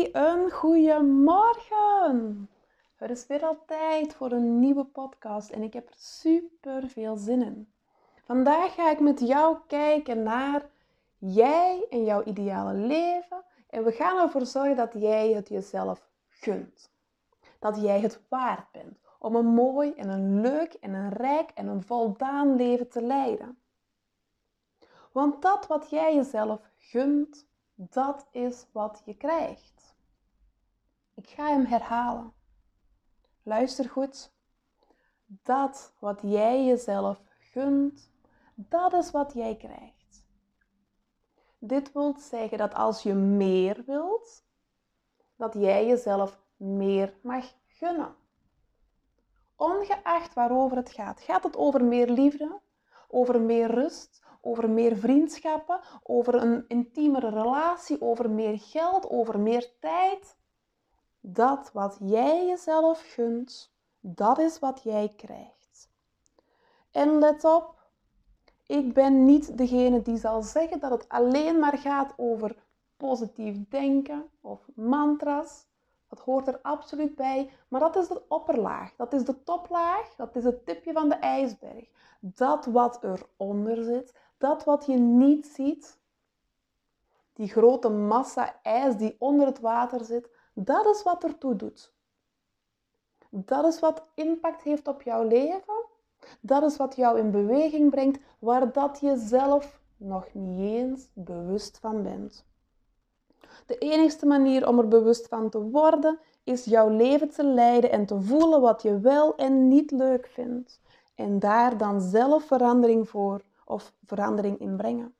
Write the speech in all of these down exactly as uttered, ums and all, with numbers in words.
een goede morgen! Het is weer al tijd voor een nieuwe podcast en ik heb er super veel zin in. Vandaag ga ik met jou kijken naar jij en jouw ideale leven en we gaan ervoor zorgen dat jij het jezelf gunt. Dat jij het waard bent om een mooi en een leuk en een rijk en een voldaan leven te leiden. Want dat wat jij jezelf gunt, dat is wat je krijgt. Ik ga hem herhalen. Luister goed. Dat wat jij jezelf gunt, dat is wat jij krijgt. Dit wil zeggen dat als je meer wilt, dat jij jezelf meer mag gunnen. Ongeacht waarover het gaat. Gaat het over meer liefde, over meer rust, over meer vriendschappen, over een intiemere relatie, over meer geld, over meer tijd? Dat wat jij jezelf gunt, dat is wat jij krijgt. En let op, ik ben niet degene die zal zeggen dat het alleen maar gaat over positief denken of mantra's. Dat hoort er absoluut bij, maar dat is de opperlaag, dat is de toplaag, dat is het tipje van de ijsberg. Dat wat eronder zit, dat wat je niet ziet, die grote massa ijs die onder het water zit, dat is wat ertoe doet. Dat is wat impact heeft op jouw leven. Dat is wat jou in beweging brengt, waar dat je zelf nog niet eens bewust van bent. De enigste manier om er bewust van te worden, is jouw leven te leiden en te voelen wat je wel en niet leuk vindt. En daar dan zelf verandering voor of verandering in brengen.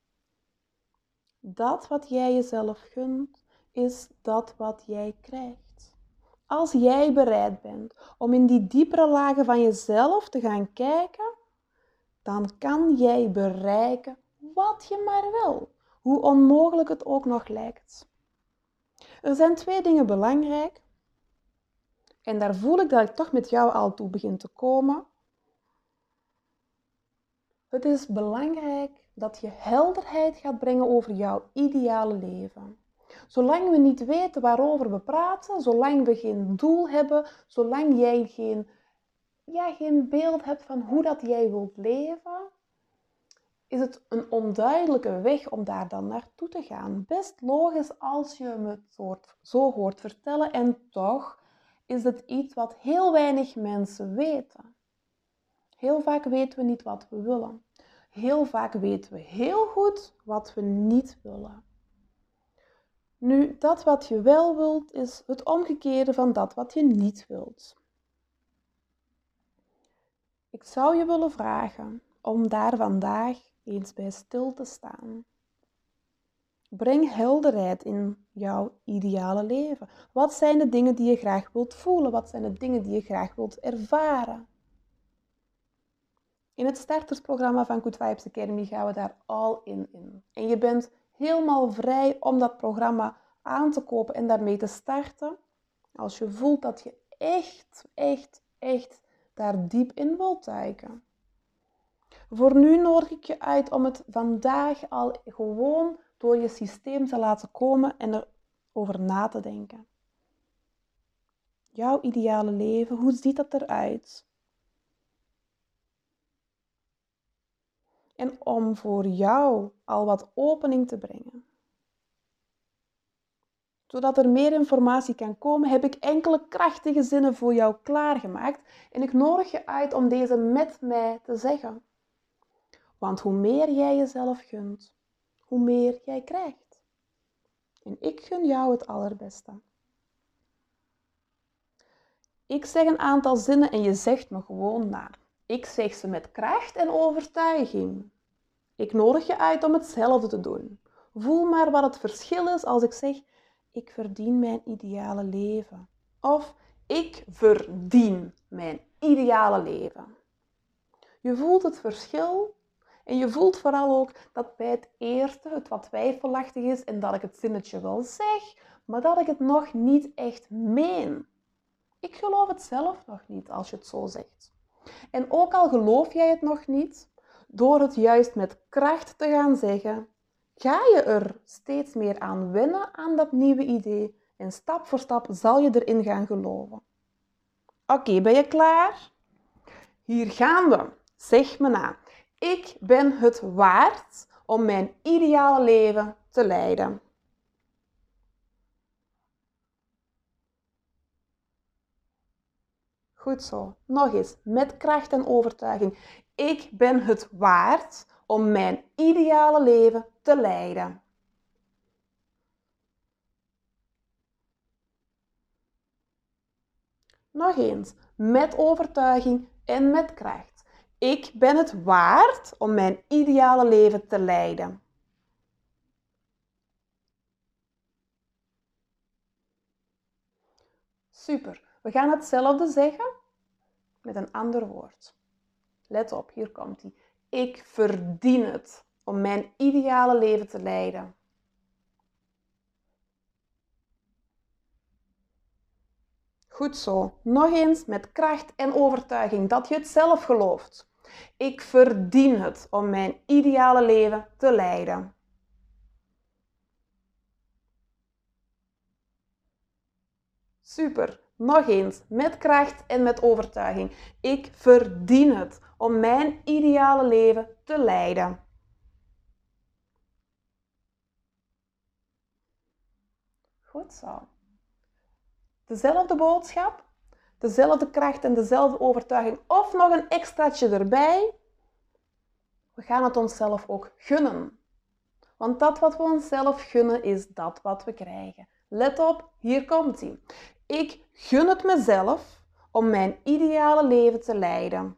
Dat wat jij jezelf gunt, is dat wat jij krijgt. Als jij bereid bent om in die diepere lagen van jezelf te gaan kijken, dan kan jij bereiken wat je maar wil, hoe onmogelijk het ook nog lijkt. Er zijn twee dingen belangrijk en daar voel ik dat ik toch met jou al toe begin te komen. Het is belangrijk dat je helderheid gaat brengen over jouw ideale leven. Zolang we niet weten waarover we praten, zolang we geen doel hebben, zolang jij geen, ja, geen beeld hebt van hoe dat jij wilt leven, is het een onduidelijke weg om daar dan naartoe te gaan. Best logisch als je me het zo hoort vertellen en toch is het iets wat heel weinig mensen weten. Heel vaak weten we niet wat we willen. Heel vaak weten we heel goed wat we niet willen. Nu, dat wat je wel wilt, is het omgekeerde van dat wat je niet wilt. Ik zou je willen vragen om daar vandaag eens bij stil te staan. Breng helderheid in jouw ideale leven. Wat zijn de dingen die je graag wilt voelen? Wat zijn de dingen die je graag wilt ervaren? In het startersprogramma van Good Vibes Academy gaan we daar all in in. En je bent helemaal vrij om dat programma aan te kopen en daarmee te starten. Als je voelt dat je echt, echt, echt daar diep in wilt duiken. Voor nu nodig ik je uit om het vandaag al gewoon door je systeem te laten komen en erover na te denken. Jouw ideale leven, hoe ziet dat eruit? En om voor jou al wat opening te brengen. Zodat er meer informatie kan komen, heb ik enkele krachtige zinnen voor jou klaargemaakt. En ik nodig je uit om deze met mij te zeggen. Want hoe meer jij jezelf gunt, hoe meer jij krijgt. En ik gun jou het allerbeste. Ik zeg een aantal zinnen en je zegt me gewoon na. Ik zeg ze met kracht en overtuiging. Ik nodig je uit om hetzelfde te doen. Voel maar wat het verschil is als ik zeg, ik verdien mijn ideale leven. Of, ik verdien mijn ideale leven. Je voelt het verschil en je voelt vooral ook dat bij het eerste het wat twijfelachtig is en dat ik het zinnetje wel zeg, maar dat ik het nog niet echt meen. Ik geloof het zelf nog niet als je het zo zegt. En ook al geloof jij het nog niet, door het juist met kracht te gaan zeggen, ga je er steeds meer aan wennen aan dat nieuwe idee En stap voor stap zal je erin gaan geloven. Oké, okay, ben je klaar? Hier gaan we. Zeg me na. Ik ben het waard om mijn ideale leven te leiden. Goed zo. Nog eens, met kracht en overtuiging. Ik ben het waard om mijn ideale leven te leiden. Nog eens, met overtuiging en met kracht. Ik ben het waard om mijn ideale leven te leiden. Super. We gaan hetzelfde zeggen met een ander woord. Let op, hier komt ie. Ik verdien het om mijn ideale leven te leiden. Goed zo. Nog eens met kracht en overtuiging dat je het zelf gelooft. Ik verdien het om mijn ideale leven te leiden. Super. Nog eens met kracht en met overtuiging. Ik verdien het om mijn ideale leven te leiden. Goed zo. Dezelfde boodschap, dezelfde kracht en dezelfde overtuiging of nog een extraatje erbij. We gaan het onszelf ook gunnen. Want dat wat we onszelf gunnen is dat wat we krijgen. Let op, hier komt ie. Ik gun het mezelf om mijn ideale leven te leiden.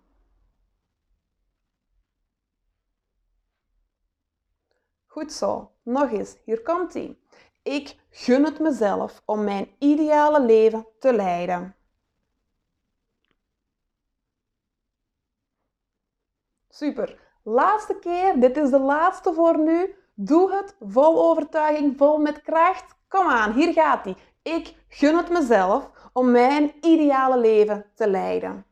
Goed zo, nog eens, hier komt ie. Ik gun het mezelf om mijn ideale leven te leiden. Super. Laatste keer, dit is de laatste voor nu. Doe het vol overtuiging, vol met kracht. Kom aan, hier gaat ie. Ik gun het mezelf om mijn ideale leven te leiden.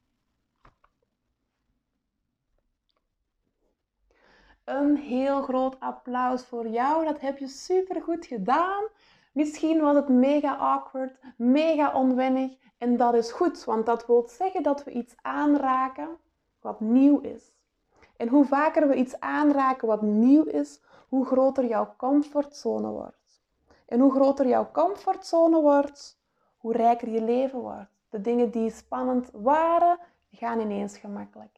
Een heel groot applaus voor jou. Dat heb je super goed gedaan. Misschien was het mega awkward, mega onwennig. En dat is goed, want dat wil zeggen dat we iets aanraken wat nieuw is. En hoe vaker we iets aanraken wat nieuw is, hoe groter jouw comfortzone wordt. En hoe groter jouw comfortzone wordt, hoe rijker je leven wordt. De dingen die spannend waren, gaan ineens gemakkelijk.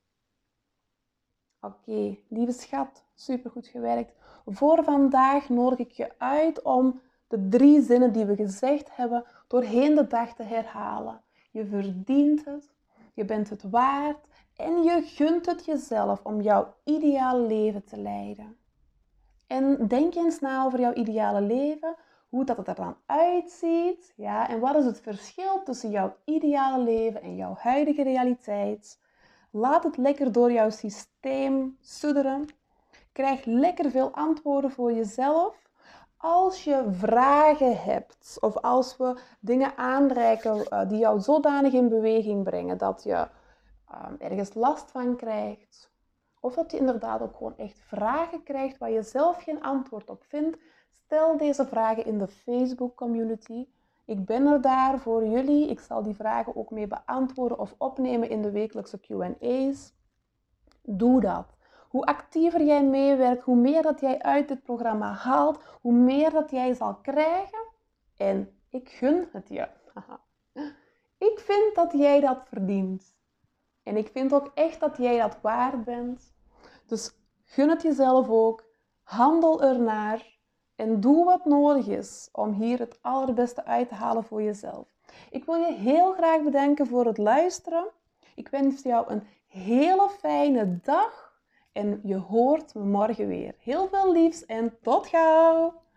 Oké, okay, lieve schat, supergoed gewerkt. Voor vandaag nodig ik je uit om de drie zinnen die we gezegd hebben doorheen de dag te herhalen. Je verdient het, je bent het waard en je gunt het jezelf om jouw ideale leven te leiden. En denk eens na over jouw ideale leven, hoe dat het er dan uitziet. Ja, en wat is het verschil tussen jouw ideale leven en jouw huidige realiteit? Laat het lekker door jouw systeem sudderen. Krijg lekker veel antwoorden voor jezelf. Als je vragen hebt of als we dingen aanreiken die jou zodanig in beweging brengen dat je um, ergens last van krijgt, of dat je inderdaad ook gewoon echt vragen krijgt waar je zelf geen antwoord op vindt, stel deze vragen in de Facebook community. Ik ben er daar voor jullie. Ik zal die vragen ook mee beantwoorden of opnemen in de wekelijkse Q en A's. Doe dat. Hoe actiever jij meewerkt, hoe meer dat jij uit dit programma haalt, hoe meer dat jij zal krijgen. En ik gun het je. Ik vind dat jij dat verdient. En ik vind ook echt dat jij dat waard bent. Dus gun het jezelf ook. Handel ernaar. En doe wat nodig is om hier het allerbeste uit te halen voor jezelf. Ik wil je heel graag bedanken voor het luisteren. Ik wens jou een hele fijne dag. En je hoort me morgen weer. Heel veel liefs en tot gauw!